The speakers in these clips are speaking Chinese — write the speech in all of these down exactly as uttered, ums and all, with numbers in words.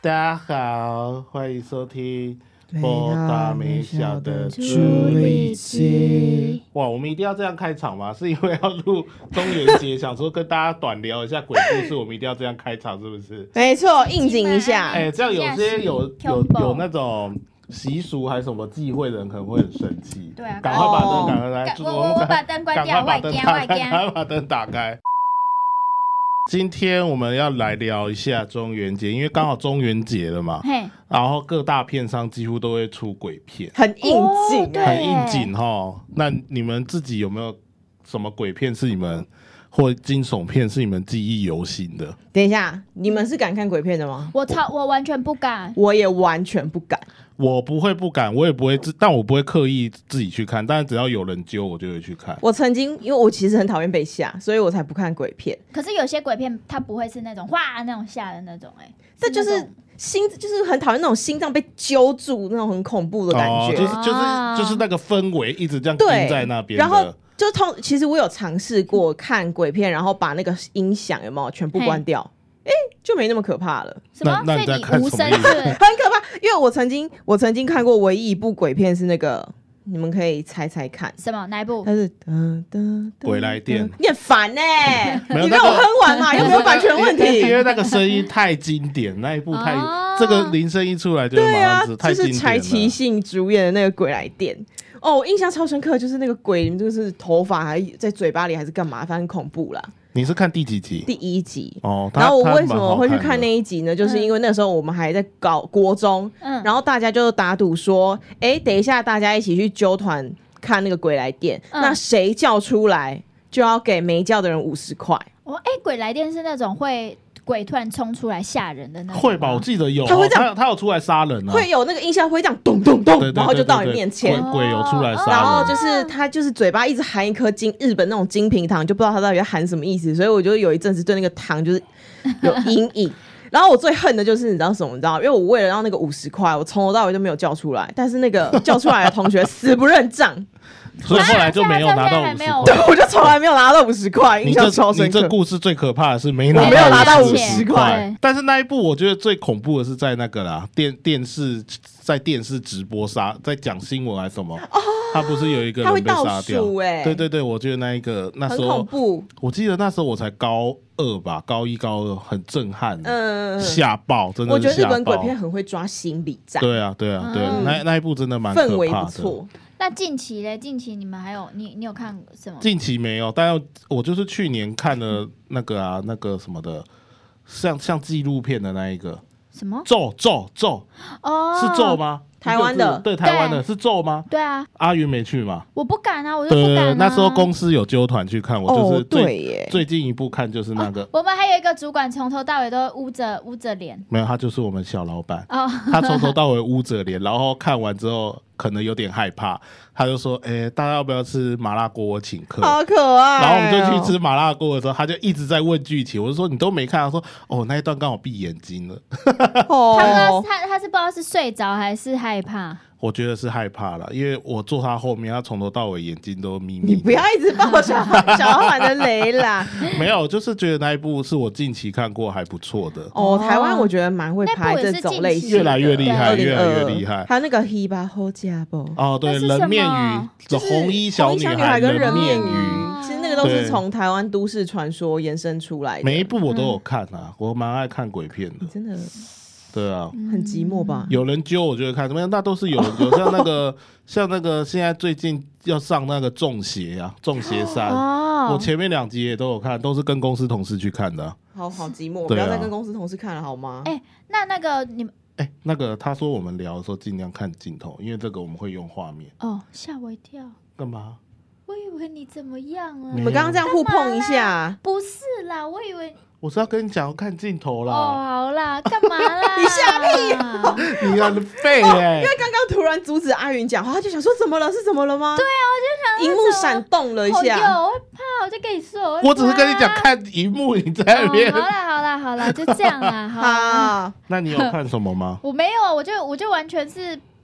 大家好，欢迎收听波大没小的处理器。 哇，我们一定要这样开场吗？是因为要录中元节，想说跟大家短聊一下鬼故事，我们一定要这样开场，是不是？ 没错，应景一下。 哎、欸，这样有些有有有那种习俗还是什么忌讳的人可能会很生气。 对啊， 赶快把灯赶快来， 我我我把灯关掉， 赶快把灯打开，赶快把灯打开。今天我们要来聊一下中元节，因为刚好中元节了嘛，然后各大片商几乎都会出鬼片， 很应景、 哦， 很应景齁。那你们自己有没有什么鬼片是你们或惊悚片是你们记忆犹新的？ 等一下，你们是敢看鬼片的吗？ 我超，我完全不敢， 我也完全不敢。 我不会不敢，我也不会，但我不会刻意自己去看，但是只要有人揪我就会去看。 我曾经，因为我其实很讨厌被吓，所以我才不看鬼片。 可是有些鬼片它不会是那种哇那种吓的那种、欸，哎， 这就是心，就是很讨厌那种心脏被揪住那种很恐怖的感觉， 哦、就是就是就是那个氛围一直这样盯在那边。 然后就通，其实我有尝试过看鬼片，然后把那个音响有没有全部关掉。哎、欸，就没那么可怕了。 什么？ 那你在看什么？ 所以你无声是很可怕，因为我曾经我曾经看过唯一一部鬼片是那个，你们可以猜猜看， 什么？哪一部？ 它是噔噔鬼来电。 你很烦哎、欸！你让我哼完嘛，又没有版权问题。 因为那个声音太经典，那一部太、哦、这个铃声一出来就马上知、啊、太经典了。 就是柴崎幸主演的那个鬼来电。哦，我印象超深刻，就是那个鬼，就是头发还在嘴巴里还是干嘛，反正很恐怖啦。 你是看第几集？ 第一集哦。 然后我为什么会去看那一集呢？就是因为那时候我们还在搞国中，嗯、然后大家就打赌说，哎、欸，等一下大家一起去揪团看那个鬼来电，嗯、那谁叫出来就要给没叫的人五十块。 哦，哎、欸，鬼来电是那种会。鬼突然冲出来吓人的那种， 会吧？我记得有， 他会这样， 他, 他有出来杀人啊， 会有那个音效会这样咚咚咚，然后就到你面前。 鬼, 鬼有出来杀人， 然后就是他就是嘴巴一直含一颗金日本那种金平糖，就不知道他到底在含什么意思，所以我就有一阵子对那个糖就是有阴影。然后我最恨的就是你知道什么？你知道，因为我为了让那个五十块，我从头到尾都没有叫出来，但是那个叫出来的同学死不认账。 所以后来就没有拿到五十块， 对，我就从来没有拿到五十块，印象超深刻。 你这故事最可怕的是没拿到， 我没有拿到五十块。 但是那一部我觉得最恐怖的是在那个啦，电电视在电视直播杀，在讲新闻还是什么，哦、他不是有一个人被杀掉？ 欸、 对对对，我觉得那一个那时候很恐怖。 我记得那时候我才高二吧，高一高二，很震撼，嗯，吓爆，真的是吓爆。 我觉得日本鬼片很会抓心理战。 对啊，对啊，对啊，嗯、那那一部真的蛮可怕的，氛围不错。 那近期嘞？近期你们还有你你有看什么？ 近期没有，但我就是去年看了那个啊，那个什么的，像像纪录片的那一个什么咒咒咒哦，是咒吗？ 台湾的， 对台湾的是咒吗？ 对啊， 阿云没去吗？ 我不敢啊，我就不敢、啊。 那时候公司有揪团去看，我就是最、 哦、对耶最近一部看就是那个。 哦、我们还有一个主管从头到尾都捂着捂着脸， 没有，他就是我们小老板。 哦， 他从头到尾捂着脸，然后看完之后可能有点害怕，他就说：“哎、欸，大家要不要吃麻辣锅？我请客。” 好可爱、哦。 然后我们就去吃麻辣锅的时候，他就一直在问剧情。我就说：“你都没看？”他说：“哦，那一段刚好闭眼睛了。 哦”他他他是不知道是睡着还是害怕。 我觉得是害怕了，因为我坐他后面，他从头到尾眼睛都眯眯。 你不要一直爆小小老板的雷啦！ 没有，就是觉得那一部是我近期看过还不错的。 哦，台湾我觉得蛮会拍这种类型， 越来越厉害，越来越厉害。 还有那个《黑巴后家不》 哦，对，人面鱼，就是红衣小女孩跟人面鱼， 其实那个都是从台湾都市传说延伸出来的。 每一部我都有看啊，我蛮爱看鬼片的， 真的。 对啊， 很寂寞吧？ 有人揪我就会看，怎么样？那都是有人揪，像那个像那个现在最近要上那个中邪啊，中邪三，哦、我前面两集也都有看，都是跟公司同事去看的、啊。 好好寂寞，啊、不要再跟公司同事看了好吗？ 哎、欸，那那个你们， 哎、欸，那个他说我们聊的时候尽量看镜头，因为这个我们会用画面。 哦，吓我一跳！ 干嘛？ 我以为你怎么样啊？ 你们刚刚这样互碰一下， 不是啦，我以为。 我是要跟你讲要看镜头啦。 哦，好啦，干嘛啦？ 你吓屁、喔！ 你很废哎、欸！ 因为刚刚突然阻止阿云讲话，他就想说怎么了？是怎么了吗？ 对啊，我就想。 荧幕闪动了一下。 哦、我会怕，我就跟你说。我, 我只是跟你讲看荧幕，你在那边、 哦。好啦，好啦，好啦，就这样啦。好。 好， 那你有看什么吗？ 我没有，我就我就完全是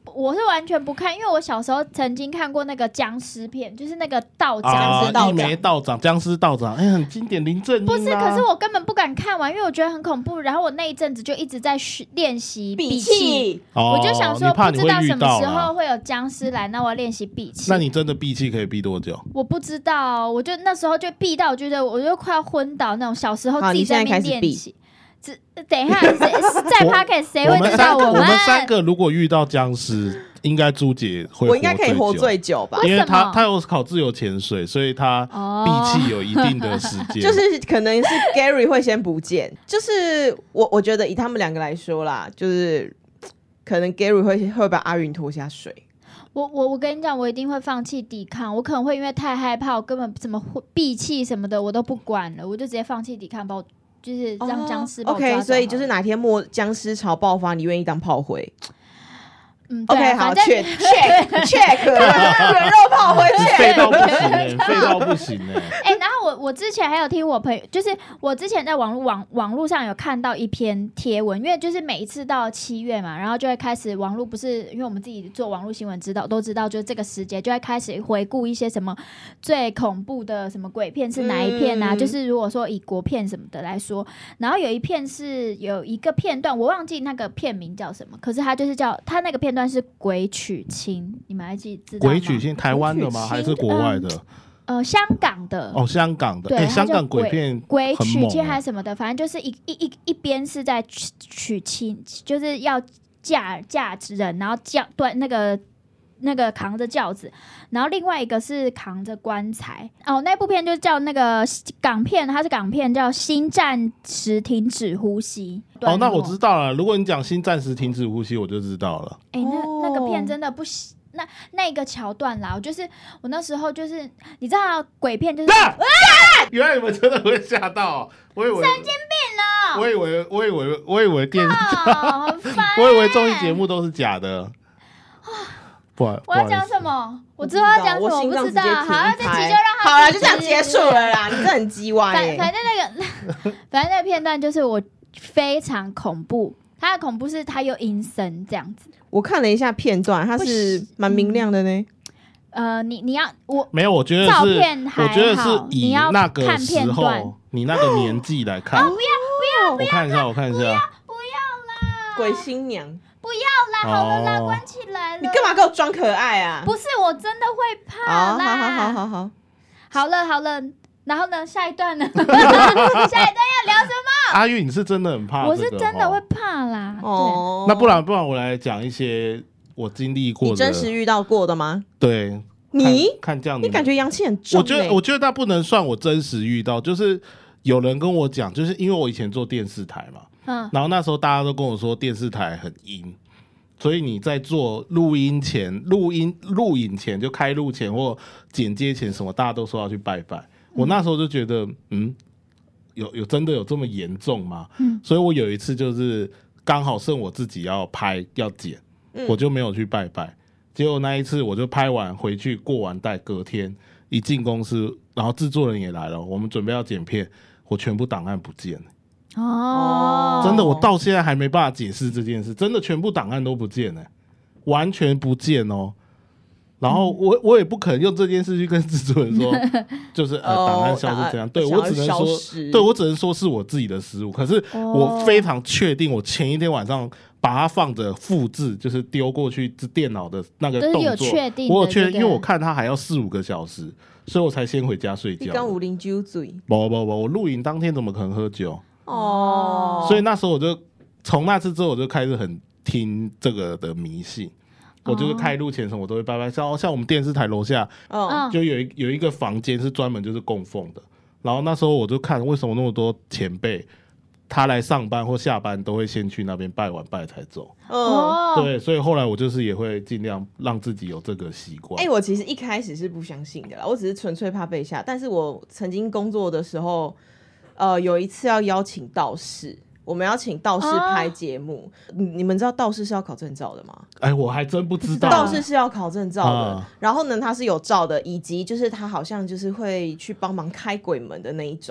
我是完全不看，因为我小时候曾经看过那个僵尸片，就是那个道长， 啊，一枚道长，僵尸道长，哎，很经典，林正英、啊。 不是，可是我根本不敢看完，因为我觉得很恐怖。然后我那一阵子就一直在练习闭气，我就想说，不知道什么时候会有僵尸来，那我要练习闭气。 那你真的闭气可以闭多久？ 我不知道，我就那时候就闭到，我觉得我就快要昏倒那种。小时候自己在那边练习。等一下，在 Podcast 谁会知道我们？ 我们三个如果遇到僵尸，应该朱姐会， 我应该可以活最久吧？ 因为他他有考自由潜水，所以他闭气有一定的时间。 就是可能是 Gary 会先不见，就是我我觉得以他们两个来说啦，就是可能 Gary 会会把阿云拖下水。 我我我跟你讲，我一定会放弃抵抗，我可能会因为太害怕，我根本什么闭气什么的我都不管了，我就直接放弃抵抗，把我就是让僵尸把我抓走。 OK， 所以就是哪天末僵尸潮爆发，你愿意当炮灰？ 嗯 ，OK， 好 ，check check check， 人肉炮灰 check， 废到不行哎、欸，废到不行哎、欸。 哎、欸，然后我我之前还有听我朋友，就是我之前在网络网网络上有看到一篇贴文，因为就是每一次到七月嘛，然后就会开始网络不是因为我们自己做网络新闻知道都知道，就是这个时节就会开始回顾一些什么最恐怖的什么鬼片是哪一片啊？嗯、就是如果说以国片什么的来说，然后有一片是有一个片段，我忘记那个片名叫什么，可是它就是叫它那个片段是鬼娶亲，你们还记知道吗？ 鬼娶亲，台湾的吗？还是国外的？ 嗯、呃，香港的哦，香港的，哎、欸，香港鬼片鬼娶亲还是什么的，反正就是一一一一边是在娶娶亲，就是要嫁嫁人，然后轿对那个那个扛着轿子，然后另外一个是扛着棺材。哦，那部片就叫那个港片，它是港片，叫《新暂时停止呼吸》。 哦，那我知道了。如果你讲《新暂时停止呼吸》，我就知道了。 哎、欸，那那个片真的不行。那那一个桥段啦，我就是我那时候就是你知道鬼片就是、啊啊、 原来你们真的会吓到，我以为神经病了， 我以为我以为我以为电视、 哦欸、 我以为综艺节目都是假的。不好， 我要讲什么？我知道要讲什么，我不知道。好，这集就让他好了，就这样结束了啦。你这很鸡歪、欸。 反正那个，反正那个片段就是我非常恐怖。它的恐怖是它有阴森这样子。 我看了一下片段，它是蛮明亮的呢。 呃，你你要我没有，我觉得是照片还好， 我觉得是以那个时候你, 你那个年纪来看。 哦，不要不要不要！ 我看一下，我看一下。不要不要啦！ 鬼新娘。 不要啦！好了啦，关起来了。 你干嘛给我装可爱啊？ 不是，我真的会怕啦。 好好好好好， 好了好了。然后呢？下一段呢？下一段要聊什么？ 阿玉，你是真的很怕、這個？ 我是真的会怕啦。哦， 那不然不然，我来讲一些我经历过的， 你真实遇到过的吗？ 对， 你看这样你， 你感觉阳气很重、欸。 我觉得，我觉得那不能算我真实遇到，就是有人跟我讲，就是因为我以前做电视台嘛，嗯，然后那时候大家都跟我说电视台很阴。所以你在做录音前、录音录影前，就开录前或剪接前什么，大家都说要去拜拜。嗯、我那时候就觉得，嗯，有有真的有这么严重吗？嗯，所以我有一次就是刚好剩我自己要拍要剪，嗯、我就没有去拜拜。结果那一次我就拍完回去过完带，隔天一进公司，然后制作人也来了，我们准备要剪片，我全部档案不见了。 哦， 真的，我到现在还没办法解释这件事，真的全部档案都不见了、欸，完全不见哦。然后我、嗯、我也不可能用这件事去跟制作人说，就是呃档案消失这样，哦、对我只能说，对我只能说是我自己的失误。可是我非常确定，我前一天晚上把它放着复制，就是丢过去电脑的那个动作， 有确定我有确定，因为我看它还要四五个小时，所以我才先回家睡觉。 你刚五零酒醉？ 不不不，我录影当天怎么可能喝酒？ 哦， 所以那时候我就从那次之后我就开始很听这个的迷信，我就是开录前什么我都会拜拜，像像我们电视台楼下、哦、就有一有一个房间是专门就是供奉的，然后那时候我就看为什么那么多前辈他来上班或下班都会先去那边拜完拜才走。 哦， 对，所以后来我就是也会尽量让自己有这个习惯。 哎、欸，我其实一开始是不相信的啦，我只是纯粹怕被吓，但是我曾经工作的时候。呃，有一次要邀请道士，我们要请道士拍节目、哦你。你们知道道士是要考证照的吗？ 哎，我还真不知道。 道士是要考证照的、 啊， 然后呢，他是有照的，以及就是他好像就是会去帮忙开鬼门的那一种。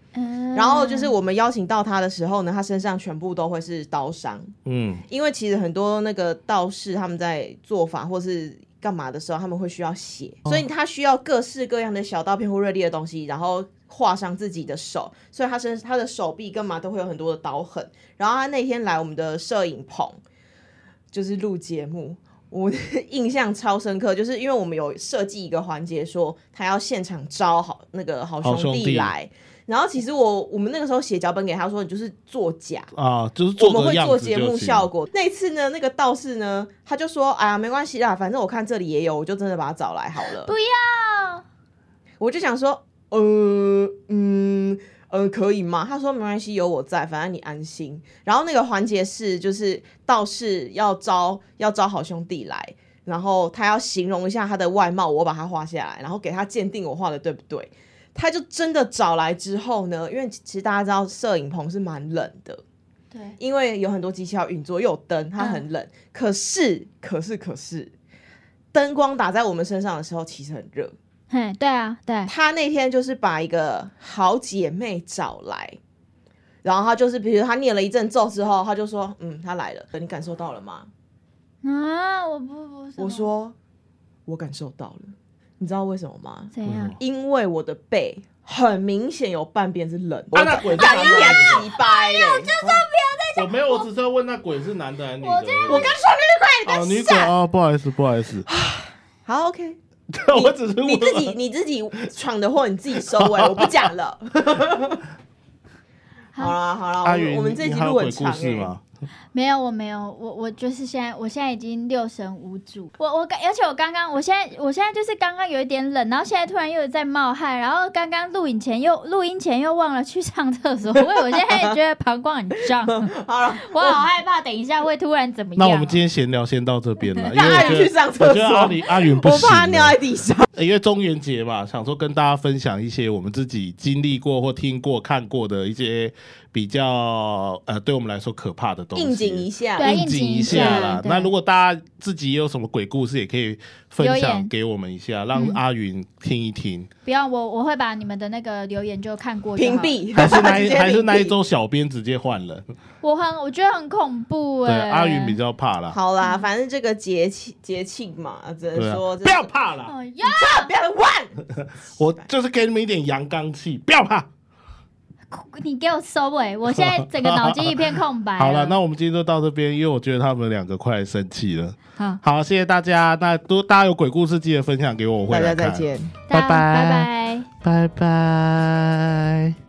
嗯，然后就是我们邀请到他的时候呢，他身上全部都会是刀伤。嗯，因为其实很多那个道士他们在做法或是干嘛的时候，他们会需要血，所以他需要各式各样的小刀片或锐利的东西，然后画上自己的手，所以他身他的手臂干嘛都会有很多的刀痕。然后他那天来我们的摄影棚，就是录节目。我印象超深刻，就是因为我们有设计一个环节，说他要现场招好那个好兄弟来，然后其实我我们那个时候写脚本给他说，你就是作假啊，就是做我们会做节目效果。那次呢，那个道士呢，他就说，哎呀，没关系啦，反正我看这里也有，我就真的把他找来好了。 不要， 我就想说，呃嗯。呃，可以吗？他说没关系，有我在，反正你安心。然后那个环节是，就是道士要招要招好兄弟来，然后他要形容一下他的外貌，我把他画下来，然后给他鉴定我画的对不对。他就真的找来之后呢，因为其实大家知道摄影棚是蛮冷的， 对， 因为有很多机器要运作，又有灯，它很冷。嗯、可是，可是，可是，灯光打在我们身上的时候，其实很热。 嗯，对啊，对。 他那天就是把一个好姐妹找来，然后他就是比如他念了一阵咒之后，他就说：“嗯，他来了，你感受到了吗？” 啊，我不不， 我说我感受到了，你知道为什么吗？ 怎样？ 因为我的背很明显有半边是冷。 啊，那鬼是男的，鸡掰！ 我就说不要再讲。 我没有，我只是要问那鬼是男的还是女的？ 我我刚说女鬼，哦，女鬼哦，不好意思，不好意思。 好 ，OK。 我只是你自己你自己闯的祸，你自己收尾，我不讲了。好了好了，我我们这集录很长哎。 没有，我没有，我我就是现在，我现在已经六神无主。我我而且我刚刚，我现在我现在就是刚刚有一点冷，然后现在突然又在冒汗，然后刚刚录影前又录音前又忘了去上厕所，所以我现在觉得膀胱很胀。 好了， 我好害怕，等一下会突然怎么样？ 那我们今天闲聊先到这边了，因为阿云去上厕所， 我觉得阿云阿云不行， 我怕他尿在地上。 因为中元节嘛，想说跟大家分享一些我们自己经历过或听过、看过的一些比较呃，对我们来说可怕的东西， 应景一下， 对， 应景一下啦。那如果大家自己有什么鬼故事，也可以分享给我们一下，让阿云听一听。 不要我，我会把你们的那个留言就看过就屏蔽， 还是那一还是那一周小编直接换人。 我很我觉得很恐怖哎、欸， 对，阿云比较怕啦。 好啦，反正这个节气节庆嘛，只能说、 啊、不要怕啦， 哦呀，不要乱。 我就是给你们一点阳刚气，不要怕。 你给我收尾、欸！我现在整个脑筋一片空白了。 好了，那我们今天就到这边，因为我觉得他们两个快生气了。 好， 好，谢谢大家。那都大家有鬼故事记得分享给我，我会来看。 大家再见， 拜拜， 拜拜， 拜拜。